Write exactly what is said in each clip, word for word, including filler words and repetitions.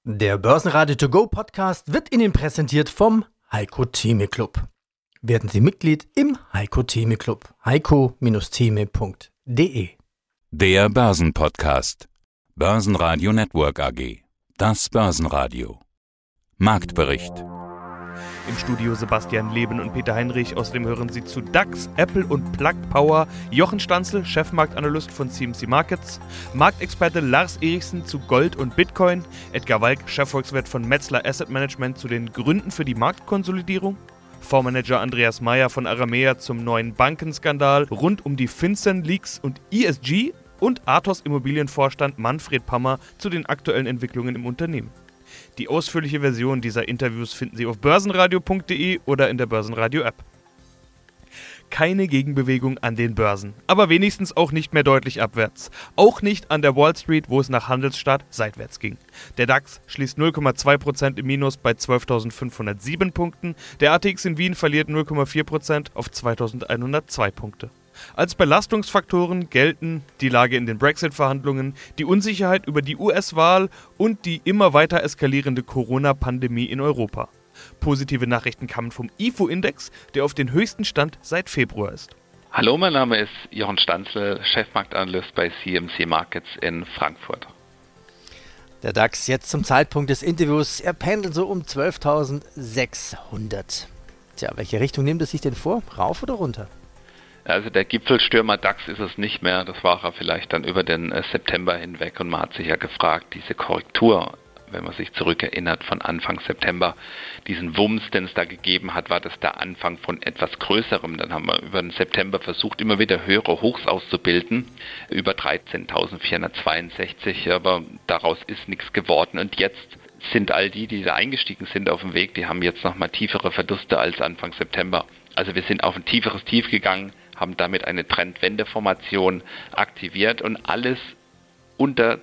Der Börsenradio To Go Podcast wird Ihnen präsentiert vom Heiko Theme Club. Werden Sie Mitglied im Heiko Theme Club. heiko Theme punkt de. Der Börsenpodcast. Börsenradio Network A G. Das Börsenradio. Marktbericht. Im Studio Sebastian Leben und Peter Heinrich. Außerdem hören Sie zu DAX, Apple und Plug Power, Jochen Stanzel, Chefmarktanalyst von C M C Markets, Marktexperte Lars Erichsen zu Gold und Bitcoin, Edgar Walk, Chefvolkswirt von Metzler Asset Management zu den Gründen für die Marktkonsolidierung, Fondsmanager Andreas Meyer von Aramea zum neuen Bankenskandal rund um die FinCEN-Leaks und E S G und Athos Immobilienvorstand Manfred Pammer zu den aktuellen Entwicklungen im Unternehmen. Die ausführliche Version dieser Interviews finden Sie auf börsenradio punkt de oder in der Börsenradio-App. Keine Gegenbewegung an den Börsen, aber wenigstens auch nicht mehr deutlich abwärts. Auch nicht an der Wall Street, wo es nach Handelsstart seitwärts ging. Der DAX schließt null Komma zwei Prozent im Minus bei zwölftausendfünfhundertsieben Punkten. Der A T X in Wien verliert null Komma vier Prozent auf zweitausendeinhundertzwei Punkte. Als Belastungsfaktoren gelten die Lage in den Brexit-Verhandlungen, die Unsicherheit über die U S-Wahl und die immer weiter eskalierende Corona-Pandemie in Europa. Positive Nachrichten kamen vom I F O-Index, der auf den höchsten Stand seit Februar ist. Hallo, mein Name ist Jochen Stanzel, Chefmarktanalyst bei C M C Markets in Frankfurt. Der DAX jetzt zum Zeitpunkt des Interviews, er pendelt so um zwölftausendsechshundert. Tja, welche Richtung nimmt es sich denn vor? Rauf oder runter? Also der Gipfelstürmer DAX ist es nicht mehr, das war er vielleicht dann über den äh, September hinweg und man hat sich ja gefragt, diese Korrektur, wenn man sich zurückerinnert von Anfang September, diesen Wumms, den es da gegeben hat, war das der Anfang von etwas Größerem. Dann haben wir über den September versucht, immer wieder höhere Hochs auszubilden, über dreizehntausendvierhundertzweiundsechzig, aber daraus ist nichts geworden und jetzt sind all die, die da eingestiegen sind auf dem Weg, die haben jetzt nochmal tiefere Verluste als Anfang September. Also wir sind auf ein tieferes Tief gegangen, haben damit eine Trendwendeformation aktiviert und alles unter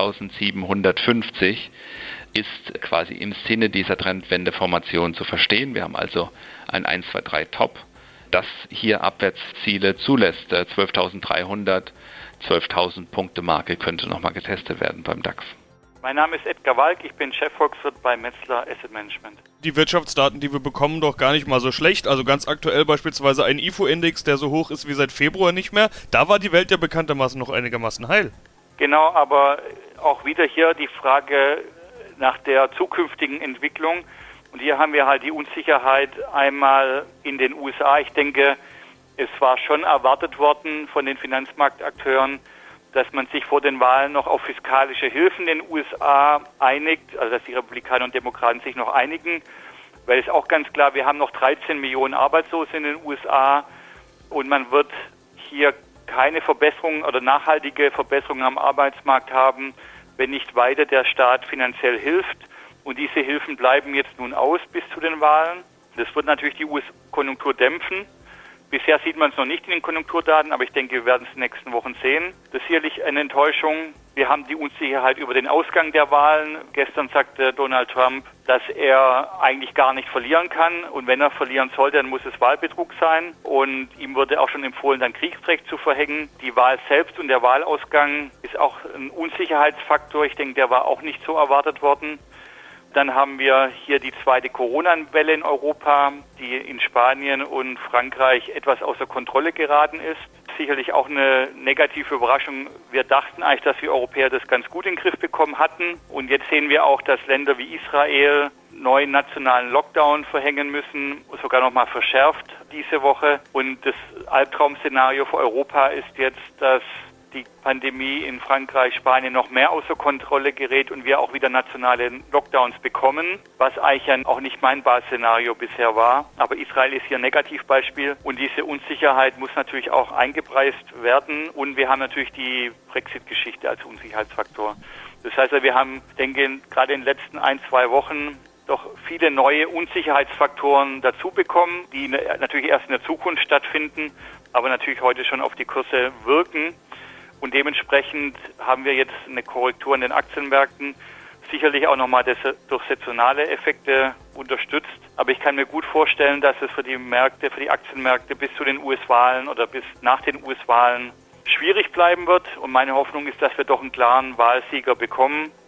zwölftausendsiebenhundertfünfzig ist quasi im Sinne dieser Trendwendeformation zu verstehen. Wir haben also ein eins, zwei, drei Top, das hier Abwärtsziele zulässt. zwölftausenddreihundert, zwölftausend Punkte Marke könnte nochmal getestet werden beim DAX. Mein Name ist Edgar Walk, ich bin Chefvolkswirt bei Metzler Asset Management. Die Wirtschaftsdaten, die wir bekommen, doch gar nicht mal so schlecht. Also ganz aktuell beispielsweise ein I F O-Index, der so hoch ist wie seit Februar nicht mehr. Da war die Welt ja bekanntermaßen noch einigermaßen heil. Genau, aber auch wieder hier die Frage nach der zukünftigen Entwicklung. Und hier haben wir halt die Unsicherheit einmal in den U S A. Ich denke, es war schon erwartet worden von den Finanzmarktakteuren, dass man sich vor den Wahlen noch auf fiskalische Hilfen in den U S A einigt, also dass die Republikaner und Demokraten sich noch einigen, weil es auch ganz klar, wir haben noch dreizehn Millionen Arbeitslose in den U S A und man wird hier keine Verbesserungen oder nachhaltige Verbesserungen am Arbeitsmarkt haben, wenn nicht weiter der Staat finanziell hilft. Und diese Hilfen bleiben jetzt nun aus bis zu den Wahlen. Das wird natürlich die U S-Konjunktur dämpfen. Bisher sieht man es noch nicht in den Konjunkturdaten, aber ich denke, wir werden es in den nächsten Wochen sehen. Das ist sicherlich eine Enttäuschung. Wir haben die Unsicherheit über den Ausgang der Wahlen. Gestern sagte Donald Trump, dass er eigentlich gar nicht verlieren kann. Und wenn er verlieren soll, dann muss es Wahlbetrug sein. Und ihm wurde auch schon empfohlen, dann Kriegsrecht zu verhängen. Die Wahl selbst und der Wahlausgang ist auch ein Unsicherheitsfaktor. Ich denke, der war auch nicht so erwartet worden. Dann haben wir hier die zweite Corona-Welle in Europa, die in Spanien und Frankreich etwas außer Kontrolle geraten ist. Sicherlich auch eine negative Überraschung. Wir dachten eigentlich, dass wir Europäer das ganz gut in den Griff bekommen hatten. Und jetzt sehen wir auch, dass Länder wie Israel neuen nationalen Lockdown verhängen müssen, sogar noch mal verschärft diese Woche. Und das Albtraum-Szenario für Europa ist jetzt, dass die Pandemie in Frankreich, Spanien noch mehr außer Kontrolle gerät und wir auch wieder nationale Lockdowns bekommen, was eigentlich ja auch nicht mein Basisszenario bisher war. Aber Israel ist hier ein Negativbeispiel und diese Unsicherheit muss natürlich auch eingepreist werden und wir haben natürlich die Brexit-Geschichte als Unsicherheitsfaktor. Das heißt, wir haben, denke ich, gerade in den letzten ein, zwei Wochen doch viele neue Unsicherheitsfaktoren dazu bekommen, die natürlich erst in der Zukunft stattfinden, aber natürlich heute schon auf die Kurse wirken. Und dementsprechend haben wir jetzt eine Korrektur in den Aktienmärkten, sicherlich auch nochmal durch saisonale Effekte unterstützt. Aber ich kann mir gut vorstellen, dass es für die Märkte, für die Aktienmärkte bis zu den U S-Wahlen oder bis nach den U S-Wahlen schwierig bleiben wird. Und meine Hoffnung ist, dass wir doch einen klaren Wahlsieger bekommen.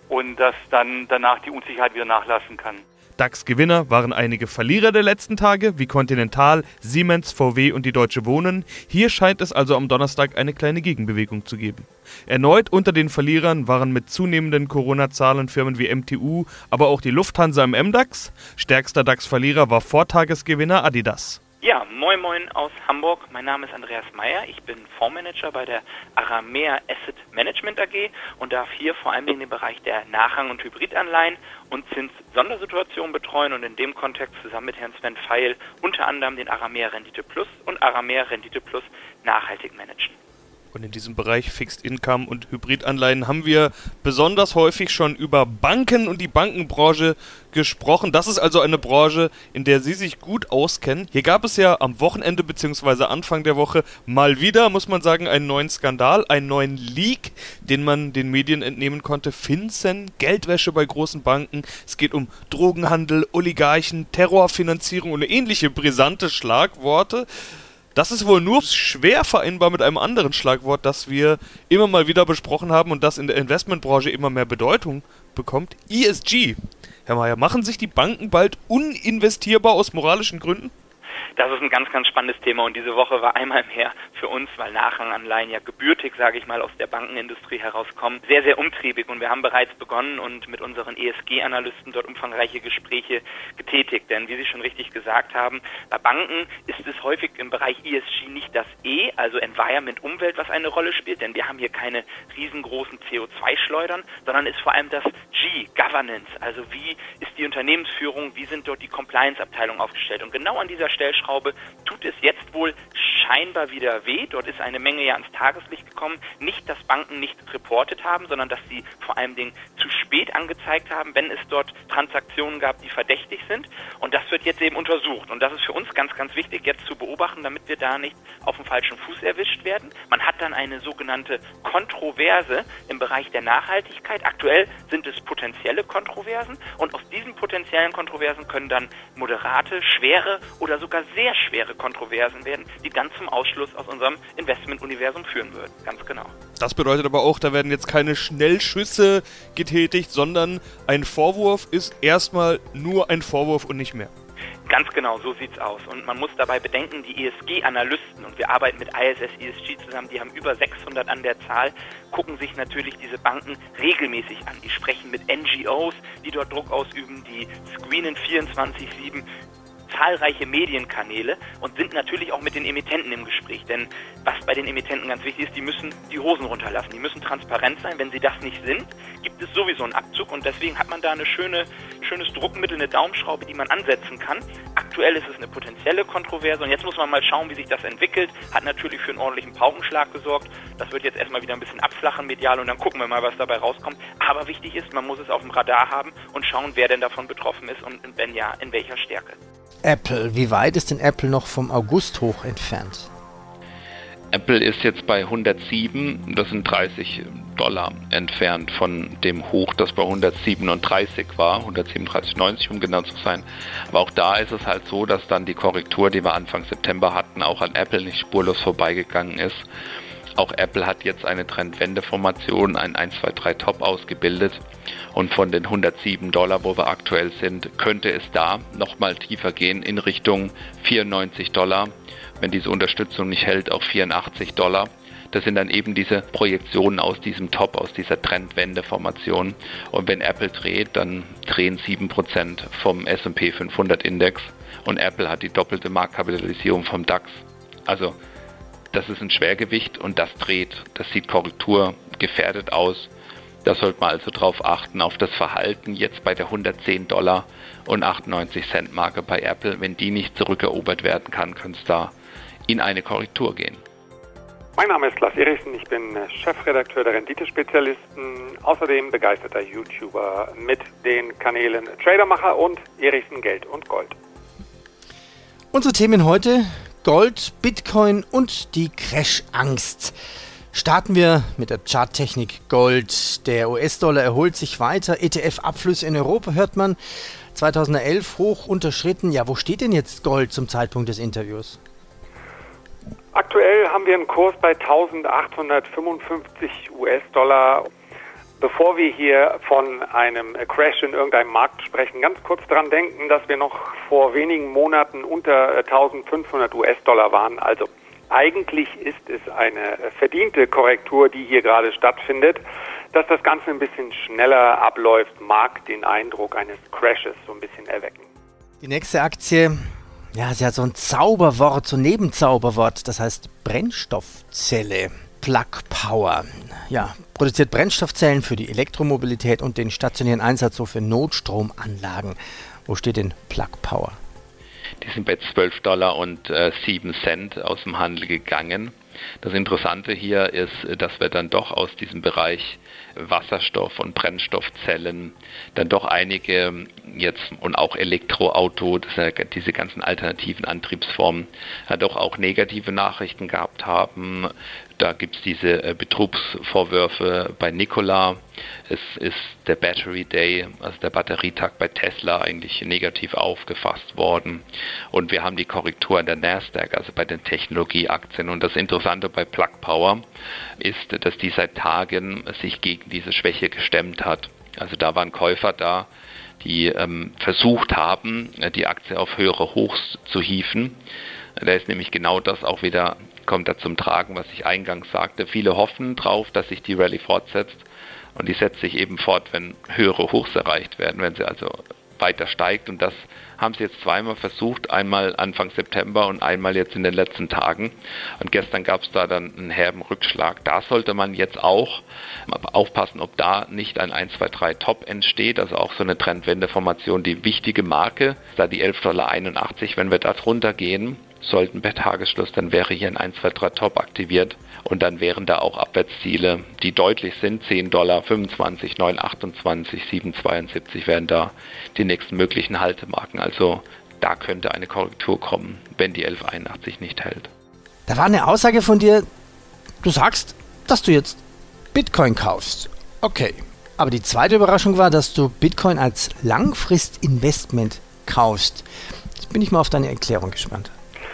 und dass dann danach die Unsicherheit wieder nachlassen kann. DAX-Gewinner waren einige Verlierer der letzten Tage, wie Continental, Siemens, V W und die Deutsche Wohnen. Hier scheint es also am Donnerstag eine kleine Gegenbewegung zu geben. Erneut unter den Verlierern waren mit zunehmenden Corona-Zahlen Firmen wie M T U, aber auch die Lufthansa im M DAX. Stärkster DAX-Verlierer war Vortagesgewinner Adidas. Ja, moin moin aus Hamburg. Mein Name ist Andreas Meyer. Ich bin Fondsmanager bei der Aramea Asset Management A G und darf hier vor allem in dem Bereich der Nachrang- und Hybridanleihen und Zins-Sondersituationen betreuen und in dem Kontext zusammen mit Herrn Sven Feil unter anderem den Aramea Rendite Plus und Aramea Rendite Plus nachhaltig managen. Und in diesem Bereich Fixed Income und Hybridanleihen haben wir besonders häufig schon über Banken und die Bankenbranche gesprochen. Das ist also eine Branche, in der Sie sich gut auskennen. Hier gab es ja am Wochenende bzw. Anfang der Woche mal wieder, muss man sagen, einen neuen Skandal, einen neuen Leak, den man den Medien entnehmen konnte. FinCEN, Geldwäsche bei großen Banken. Es geht um Drogenhandel, Oligarchen, Terrorfinanzierung und ähnliche brisante Schlagworte. Das ist wohl nur schwer vereinbar mit einem anderen Schlagwort, das wir immer mal wieder besprochen haben und das in der Investmentbranche immer mehr Bedeutung bekommt. E S G. Herr Meyer, machen sich die Banken bald uninvestierbar aus moralischen Gründen? Das ist ein ganz, ganz spannendes Thema und diese Woche war einmal mehr für uns, weil Nachranganleihen ja gebürtig, sage ich mal, aus der Bankenindustrie herauskommen, sehr, sehr umtriebig und wir haben bereits begonnen und mit unseren E S G-Analysten dort umfangreiche Gespräche getätigt, denn wie Sie schon richtig gesagt haben, bei Banken ist es häufig im Bereich E S G nicht das E, also Environment, Umwelt, was eine Rolle spielt, denn wir haben hier keine riesengroßen C O zwei Schleudern, sondern ist vor allem das G, Governance, also wie ist die Unternehmensführung, wie sind dort die Compliance-Abteilungen aufgestellt und genau an dieser Stellschraube tut es jetzt wohl scheinbar wieder weh. Dort ist eine Menge ja ans Tageslicht gekommen. Nicht, dass Banken nicht reportet haben, sondern dass sie vor allem Dingen zu spät angezeigt haben, wenn es dort Transaktionen gab, die verdächtig sind. Und das wird jetzt eben untersucht. Und das ist für uns ganz, ganz wichtig, jetzt zu beobachten, damit wir da nicht auf dem falschen Fuß erwischt werden. Man hat dann eine sogenannte Kontroverse im Bereich der Nachhaltigkeit. Aktuell sind es potenzielle Kontroversen. Und aus diesen potenziellen Kontroversen können dann moderate, schwere oder sogar sehr schwere Kontroversen werden, die dann zum Ausschluss aus unserem Investmentuniversum führen würden. Ganz genau. Das bedeutet aber auch, da werden jetzt keine Schnellschüsse getätigt, sondern ein Vorwurf ist erstmal nur ein Vorwurf und nicht mehr. Ganz genau, so sieht's aus. Und man muss dabei bedenken, die E S G-Analysten, und wir arbeiten mit I S S E S G zusammen, die haben über sechshundert an der Zahl, gucken sich natürlich diese Banken regelmäßig an. Die sprechen mit N G Os, die dort Druck ausüben, die screenen vierundzwanzig sieben zahlreiche Medienkanäle und sind natürlich auch mit den Emittenten im Gespräch. Denn was bei den Emittenten ganz wichtig ist, die müssen die Hosen runterlassen. Die müssen transparent sein. Wenn sie das nicht sind, gibt es sowieso einen Abzug und deswegen hat man da eine schöne, schönes Druckmittel, eine Daumenschraube, die man ansetzen kann. Aktuell ist es eine potenzielle Kontroverse und jetzt muss man mal schauen, wie sich das entwickelt. Hat natürlich für einen ordentlichen Paukenschlag gesorgt. Das wird jetzt erstmal wieder ein bisschen abflachen medial und dann gucken wir mal, was dabei rauskommt. Aber wichtig ist, man muss es auf dem Radar haben und schauen, wer denn davon betroffen ist und wenn ja, in welcher Stärke. Apple, wie weit ist denn Apple noch vom August-Hoch entfernt? Apple ist jetzt bei hundertsieben, das sind dreißig Dollar entfernt von dem Hoch, das bei hundertsiebenunddreißig war, hundertsiebenunddreißig Komma neunzig um genau zu sein. Aber auch da ist es halt so, dass dann die Korrektur, die wir Anfang September hatten, auch an Apple nicht spurlos vorbeigegangen ist. Auch Apple hat jetzt eine Trendwendeformation, ein eins, zwei, drei Top ausgebildet und von den hundertsieben Dollar, wo wir aktuell sind, könnte es da nochmal tiefer gehen in Richtung vierundneunzig Dollar, wenn diese Unterstützung nicht hält, auf vierundachtzig Dollar. Das sind dann eben diese Projektionen aus diesem Top, aus dieser Trendwendeformation. Und wenn Apple dreht, dann drehen sieben Prozent vom S und P fünfhundert Index und Apple hat die doppelte Marktkapitalisierung vom DAX. Also das ist ein Schwergewicht und das dreht. Das sieht korrekturgefährdet aus. Da sollte man also drauf achten, auf das Verhalten jetzt bei der hundertzehn Dollar und achtundneunzig Cent Marke bei Apple. Wenn die nicht zurückerobert werden kann, könnte es da in eine Korrektur gehen. Mein Name ist Lars Erichsen, ich bin Chefredakteur der Renditespezialisten, außerdem begeisterter YouTuber mit den Kanälen Tradermacher und Erichsen Geld und Gold. Unsere Themen heute: Gold, Bitcoin und die Crash-Angst. Starten wir mit der Charttechnik Gold. Der U S-Dollar erholt sich weiter. E T F-Abflüsse in Europa hört man. zweitausendelf hoch unterschritten. Ja, wo steht denn jetzt Gold zum Zeitpunkt des Interviews? Aktuell haben wir einen Kurs bei eintausendachthundertfünfundfünfzig U S-Dollar. bevor wir hier von einem Crash in irgendeinem Markt sprechen, ganz kurz dran denken, dass wir noch vor wenigen Monaten unter eintausendfünfhundert US-Dollar waren. Also eigentlich ist es eine verdiente Korrektur, die hier gerade stattfindet. Dass das Ganze ein bisschen schneller abläuft, mag den Eindruck eines Crashes so ein bisschen erwecken. Die nächste Aktie, ja, sie hat so ein Zauberwort, so ein Nebenzauberwort, das heißt Brennstoffzelle. Plug Power. Ja, produziert Brennstoffzellen für die Elektromobilität und den stationären Einsatz so für Notstromanlagen. Wo steht denn Plug Power? Die sind bei zwölf Dollar und äh, sieben Cent aus dem Handel gegangen. Das Interessante hier ist, dass wir dann doch aus diesem Bereich Wasserstoff- und Brennstoffzellen dann doch einige jetzt und auch Elektroauto, das ja, diese ganzen alternativen Antriebsformen, ja, doch auch negative Nachrichten gehabt haben. Da gibt es diese äh, Betrugsvorwürfe bei Nikola. Es ist der Battery Day, also der Batterietag bei Tesla, eigentlich negativ aufgefasst worden. Und wir haben die Korrektur an der Nasdaq, also bei den Technologieaktien. Und das Interessante bei Plug Power ist, dass die seit Tagen sich gegen diese Schwäche gestemmt hat. Also da waren Käufer da, die ähm, versucht haben, die Aktie auf höhere Hochs zu hieven. Da ist nämlich genau das auch wieder, kommt da zum Tragen, was ich eingangs sagte. Viele hoffen drauf, dass sich die Rallye fortsetzt und die setzt sich eben fort, wenn höhere Hochs erreicht werden, wenn sie also weiter steigt. Und das haben sie jetzt zweimal versucht, einmal Anfang September und einmal jetzt in den letzten Tagen. Und gestern gab es da dann einen herben Rückschlag. Da sollte man jetzt auch aufpassen, ob da nicht ein eins, zwei, drei Top entsteht, also auch so eine Trendwendeformation, die wichtige Marke, da die elf Komma einundachtzig Dollar, wenn wir da drunter gehen sollten per Tagesschluss, dann wäre hier ein eins, zwei, drei Top aktiviert und dann wären da auch Abwärtsziele, die deutlich sind, zehn Dollar fünfundzwanzig, neun achtundzwanzig, sieben zweiundsiebzig wären da die nächsten möglichen Haltemarken. Also da könnte eine Korrektur kommen, wenn die elf Komma einundachtzig nicht hält. Da war eine Aussage von dir, du sagst, dass du jetzt Bitcoin kaufst. Okay, aber die zweite Überraschung war, dass du Bitcoin als Langfristinvestment kaufst. Jetzt bin ich mal auf deine Erklärung gespannt.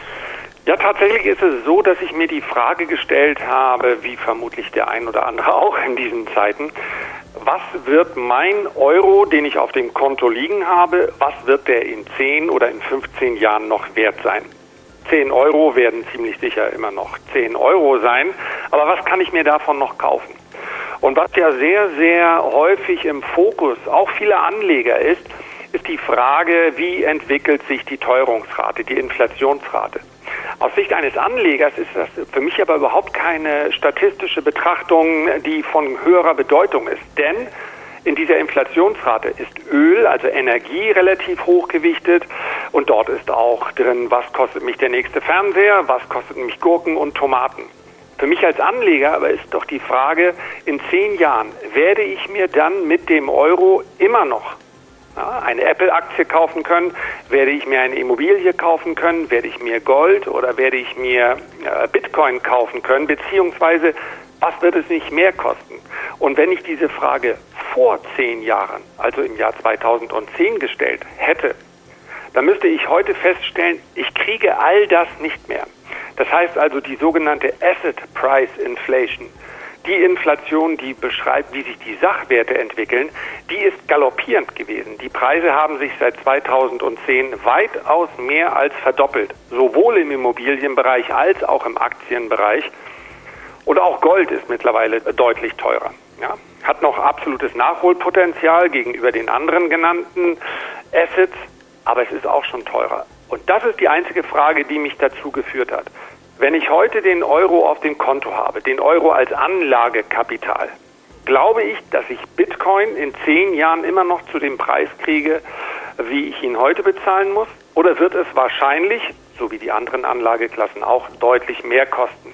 Ja, tatsächlich ist es so, dass ich mir die Frage gestellt habe, wie vermutlich der ein oder andere auch in diesen Zeiten, was wird mein Euro, den ich auf dem Konto liegen habe, was wird der in zehn oder in fünfzehn Jahren noch wert sein? zehn Euro werden ziemlich sicher immer noch zehn Euro sein, aber was kann ich mir davon noch kaufen? Und was ja sehr, sehr häufig im Fokus auch vieler Anleger ist, ist die Frage, wie entwickelt sich die Teuerungsrate, die Inflationsrate? Aus Sicht eines Anlegers ist das für mich aber überhaupt keine statistische Betrachtung, die von höherer Bedeutung ist. Denn in dieser Inflationsrate ist Öl, also Energie, relativ hochgewichtet. Und dort ist auch drin, was kostet mich der nächste Fernseher, was kostet mich Gurken und Tomaten. Für mich als Anleger aber ist doch die Frage, in zehn Jahren werde ich mir dann mit dem Euro immer noch eine Apple-Aktie kaufen können, werde ich mir eine Immobilie kaufen können, werde ich mir Gold oder werde ich mir äh, Bitcoin kaufen können, beziehungsweise was wird es nicht mehr kosten? Und wenn ich diese Frage vor zehn Jahren, also im Jahr zweitausendzehn gestellt hätte, dann müsste ich heute feststellen, ich kriege all das nicht mehr. Das heißt also die sogenannte Asset Price Inflation, die Inflation, die beschreibt, wie sich die Sachwerte entwickeln, die ist galoppierend gewesen. Die Preise haben sich seit zweitausendzehn weitaus mehr als verdoppelt, sowohl im Immobilienbereich als auch im Aktienbereich. Und auch Gold ist mittlerweile deutlich teurer. Ja, hat noch absolutes Nachholpotenzial gegenüber den anderen genannten Assets, aber es ist auch schon teurer. Und das ist die einzige Frage, die mich dazu geführt hat. Wenn ich heute den Euro auf dem Konto habe, den Euro als Anlagekapital, glaube ich, dass ich Bitcoin in zehn Jahren immer noch zu dem Preis kriege, wie ich ihn heute bezahlen muss? Oder wird es wahrscheinlich, so wie die anderen Anlageklassen auch, deutlich mehr kosten?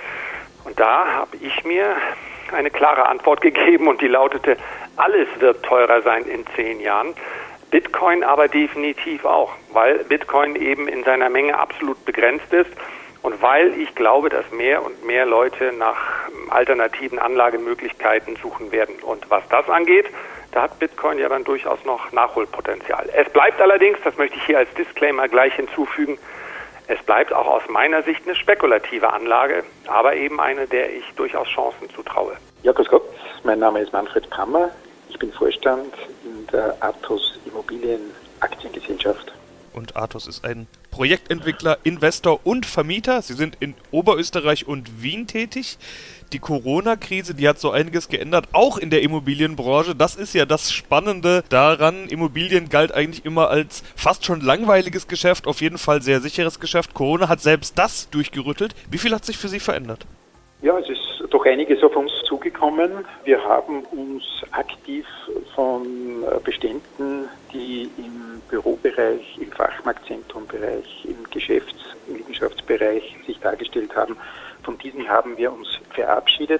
Und da habe ich mir eine klare Antwort gegeben und die lautete, alles wird teurer sein in zehn Jahren. Bitcoin aber definitiv auch, weil Bitcoin eben in seiner Menge absolut begrenzt ist. Und weil ich glaube, dass mehr und mehr Leute nach alternativen Anlagemöglichkeiten suchen werden. Und was das angeht, da hat Bitcoin ja dann durchaus noch Nachholpotenzial. Es bleibt allerdings, das möchte ich hier als Disclaimer gleich hinzufügen, Es bleibt auch aus meiner Sicht eine spekulative Anlage, aber eben eine, der ich durchaus Chancen zutraue. Ja, grüß Gott, mein Name ist Manfred Pammer. Ich bin Vorstand in der Athos Immobilien Aktiengesellschaft. Und Athos ist ein Projektentwickler, Investor und Vermieter. Sie sind in Oberösterreich und Wien tätig. Die Corona-Krise, die hat so einiges geändert, auch in der Immobilienbranche. Das ist ja das Spannende daran. Immobilien galt eigentlich immer als fast schon langweiliges Geschäft, auf jeden Fall sehr sicheres Geschäft. Corona hat selbst das durchgerüttelt. Wie viel hat sich für Sie verändert? Ja, es ist doch einiges auf uns zugekommen. Wir haben uns aktiv von Beständen, die im Bürobereich, im Fachmarktzentrumbereich, im Geschäfts- und Liegenschaftsbereich sich dargestellt haben, von diesen haben wir uns verabschiedet,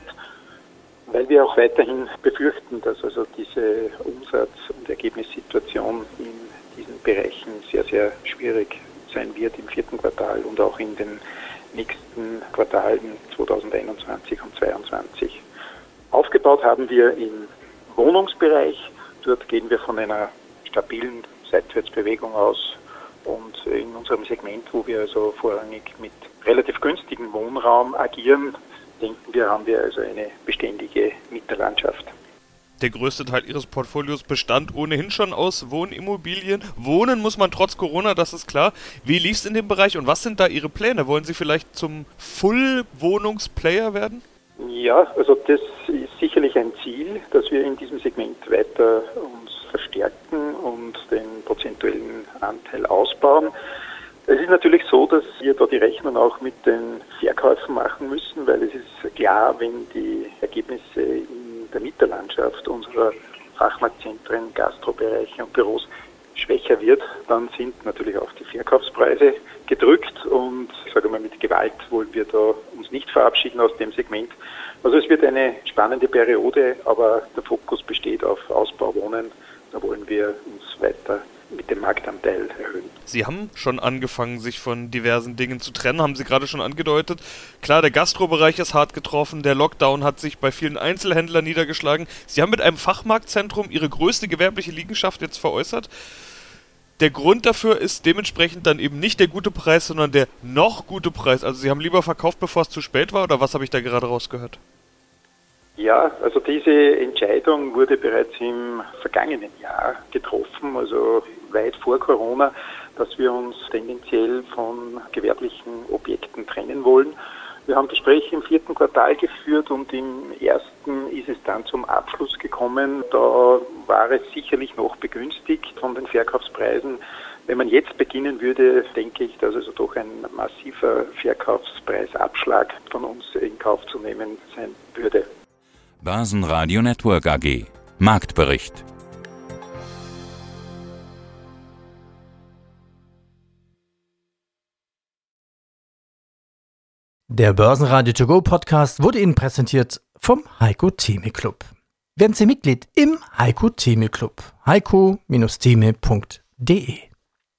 weil wir auch weiterhin befürchten, dass also diese Umsatz- und Ergebnissituation in diesen Bereichen sehr, sehr schwierig sein wird im vierten Quartal und auch in den nächsten Quartalen zweitausendeinundzwanzig und zweitausendzweiundzwanzig. Aufgebaut haben wir im Wohnungsbereich. Dort gehen wir von einer stabilen Seitwärtsbewegung aus und in unserem Segment, wo wir also vorrangig mit relativ günstigem Wohnraum agieren, denken wir, haben wir also eine beständige Mieterlandschaft. Der größte Teil Ihres Portfolios bestand ohnehin schon aus Wohnimmobilien. Wohnen muss man trotz Corona, das ist klar. Wie lief es in dem Bereich und was sind da Ihre Pläne? Wollen Sie vielleicht zum Full-Wohnungsplayer werden? Ja, also das ist sicherlich ein Ziel, dass wir in diesem Segment weiter uns verstärken und den prozentuellen Anteil ausbauen. Es ist natürlich so, dass wir da die Rechnung auch mit den Verkäufen machen müssen, weil es ist klar, wenn die Ergebnisse in der Mieterlandschaft unserer Fachmarktzentren, Gastrobereiche und Büros schwächer wird, dann sind natürlich auch die Verkaufspreise gedrückt und ich sage mal, mit Gewalt wollen wir da uns nicht verabschieden aus dem Segment. Also es wird eine spannende Periode, aber der Fokus besteht auf Ausbau Wohnen. Da wollen wir uns weiter mit dem Marktanteil erhöhen. Sie haben schon angefangen, sich von diversen Dingen zu trennen, haben Sie gerade schon angedeutet. Klar, der Gastrobereich ist hart getroffen, der Lockdown hat sich bei vielen Einzelhändlern niedergeschlagen. Sie haben mit einem Fachmarktzentrum Ihre größte gewerbliche Liegenschaft jetzt veräußert. Der Grund dafür ist dementsprechend dann eben nicht der gute Preis, sondern der noch gute Preis. Also Sie haben lieber verkauft, bevor es zu spät war, oder was habe ich da gerade rausgehört? Ja, also diese Entscheidung wurde bereits im vergangenen Jahr getroffen, also weit vor Corona, dass wir uns tendenziell von gewerblichen Objekten trennen wollen. Wir haben Gespräche im vierten Quartal geführt und im ersten ist es dann zum Abschluss gekommen. Da war es sicherlich noch begünstigt von den Verkaufspreisen. Wenn man jetzt beginnen würde, denke ich, dass also doch ein massiver Verkaufspreisabschlag von uns in Kauf zu nehmen sein würde. Börsenradio Network A G. Marktbericht. Der Börsenradio To Go Podcast wurde Ihnen präsentiert vom Heiko Theme Club. Werden Sie Mitglied im Heiko Theme Club. heiko Bindestrich theme punkt de